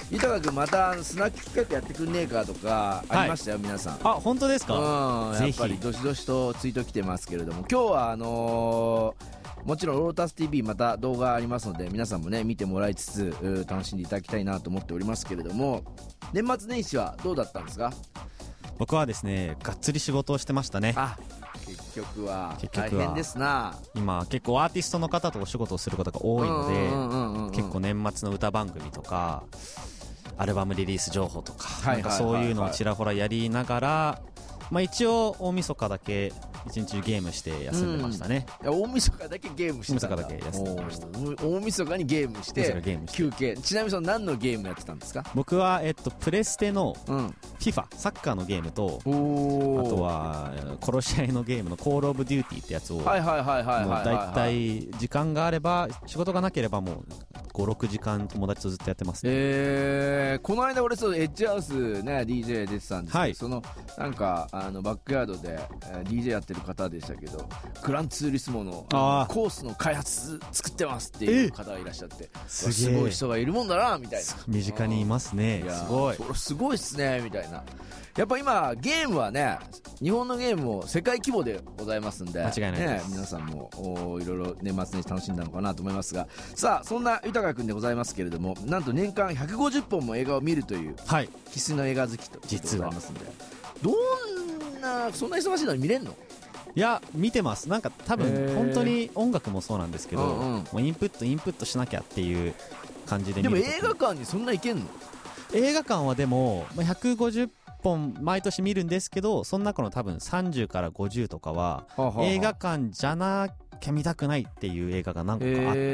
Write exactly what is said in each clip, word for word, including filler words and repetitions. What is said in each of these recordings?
豊君またスナック企画やってくんねえかとかありましたよ、はい、皆さん。 あ、本当ですか。 うん、やっぱりどしどしとツイート来てますけれども、今日はあのー、もちろんロータス ティーブイ また動画ありますので皆さんもね見てもらいつつ楽しんでいただきたいなと思っておりますけれども、年末年始はどうだったんですか？ 僕はですね、がっつり仕事をしてましたね。 あ、結局は大変ですな。 今結構アーティストの方とお仕事をすることが多いので、結構年末の歌番組とかアルバムリリース情報とか、なんかそういうのをちらほらやりながら、まあ、一応大晦日だけ一日中ゲームして休んでましたね、 うん、いや大晦日だけゲームしてたんだ。 大晦日だけ休んでました。 大晦日にゲームして休憩。ちなみにその何のゲームやってたんですか？ 僕は、えっと、プレステの FIFA、サッカーのゲームと、あとは殺し合いのゲームのコールオブデューティーってやつをだいたい時間があれば、仕事がなければもうご、ろくじかん友達とずっとやってますね。 えー、この間俺そうエッジハウスね ディージェー 出てたんですけど、はい、そのなんかあのバックヤードで、えー、ディージェー やってる方でしたけど、グランツーリスモのコースの開発作ってますっていう方がいらっしゃって、す, すごい人がいるもんだなみたいな。 身近にいますね。すごい、 それすごいっすねみたいな。やっぱ今ゲームはね、日本のゲームも世界規模でございますんで、 間違いないです、 ね、皆さんもいろいろ年末年始楽しんだのかなと思いますが、さあそんな豊君でございますけれども、なんと年間ひゃくごじゅっぽんも映画を見るという生粋の映画好きということでございますんで、どんなそんな忙しいのに見れんの？ いや見てます。なんか多分本当に音楽もそうなんですけど、うんうん、もうインプットインプットしなきゃっていう感じで見る。 でも映画館にそんな行けんの？ 映画館はでもひゃくごじゅっぽん毎年見るんですけど、その中の多分さんじゅうからごじゅうとかは映画館じゃなきゃ見たくないっていう映画が何個かあって、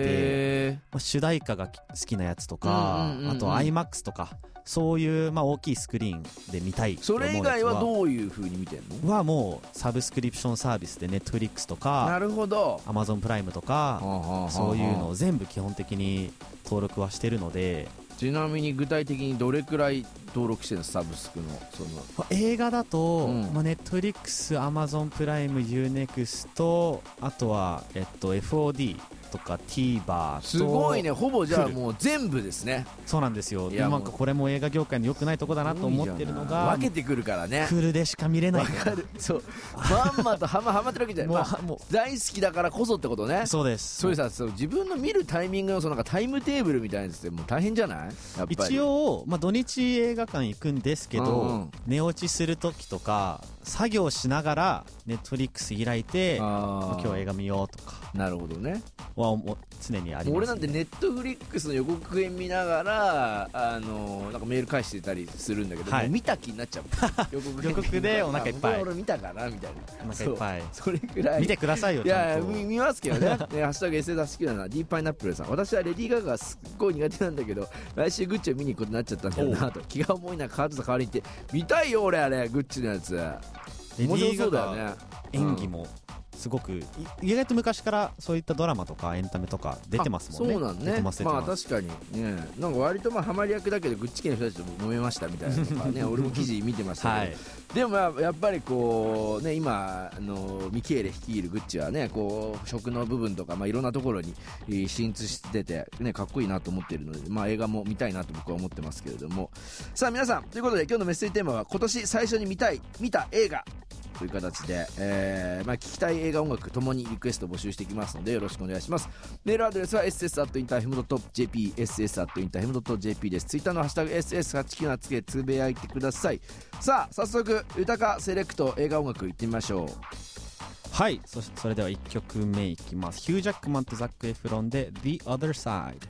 まあ、主題歌が好きなやつとか、あと アイマックス とかそういう、まあ、大きいスクリーンで見たいと思うやつは、 それ以外はどういう風に見てんの？ はもうサブスクリプションサービスで Netflix とか、 なるほど、 Amazon プライムとか、そういうのを全部基本的に登録はしてるので。 ちなみに具体的にどれくらい登録してるの？サブスクのその映画だと、うん、まあ、Netflix、Amazon プライム、ユーネクスト、あとは、えっと、エフオーディーとか TVer と。 すごいね、ほぼじゃあもう全部ですね。 そうなんですよ。なんかこれも映画業界の良くないとこだなと思ってるのが、 分けてくるからね、 フルでしか見れない。 分かる。そうまんまとはまはまってるわけじゃない、まあ、もう大好きだからこそってことね。 そうです。 そういうさ、そう自分の見るタイミングのそのなんかタイムテーブルみたいなやつってもう大変じゃない？やっぱり一応、まあ、土日映画館行くんですけど、うんうん、寝落ちするときとか作業しながらネットフリックス開いて今日は映画見ようとか。 なるほどね。 はもう常にあります、ね、 俺なんてネットフリックスの予告編見ながらあのなんかメール返してたりするんだけど、はい、もう見た気になっちゃう予告編予告でお腹いっぱい、 俺見たかなみたいな、 お腹いっぱい。 そ, それくらい見てくださいよ。 いや見, 見ますけどねねハッシュタグ エスエス 好きだな。ディープパイナップルさん、私はレディー・ガガがすっごい苦手なんだけど来週グッチを見に行くことになっちゃったんだよなと。気が重いな、カードと代わりにって見たいよ俺、あれグッチのやつ。面白そうだよね。 演技もすごく、意外と昔からそういったドラマとかエンタメとか出てますもんね。 そうなんね。まあ確かにね、なんか割とまあハマり役だけどグッチ系の人たちとも揉めましたみたいなのとかね俺も記事見てましたけど、はい、でもやっぱりこうね、今あのミケーレ率いるグッチはね、こう食の部分とか、まあ、いろんなところに進出してて、ね、かっこいいなと思っているので、まあ、映画も見たいなと僕は思ってますけれども、さあ皆さんということで今日のメッセージテーマは今年最初に見たい見た映画という形で、えーまあ、聞きたい映画音楽ともにリクエスト募集していきますのでよろしくお願いします。メールアドレスは エスエス アット インターフェム ドット ジェーピー エスエス アット インターフェム ドット ジェーピー です。ツイッターのハッシュタグ エスエスはちきゅうなな つけつぶやいてください。さあ早速豊かセレクト映画音楽いってみましょう。 はい、そ, それではいっきょくめいきます。ヒュージャックマンとザック・エフロンで The Other Side。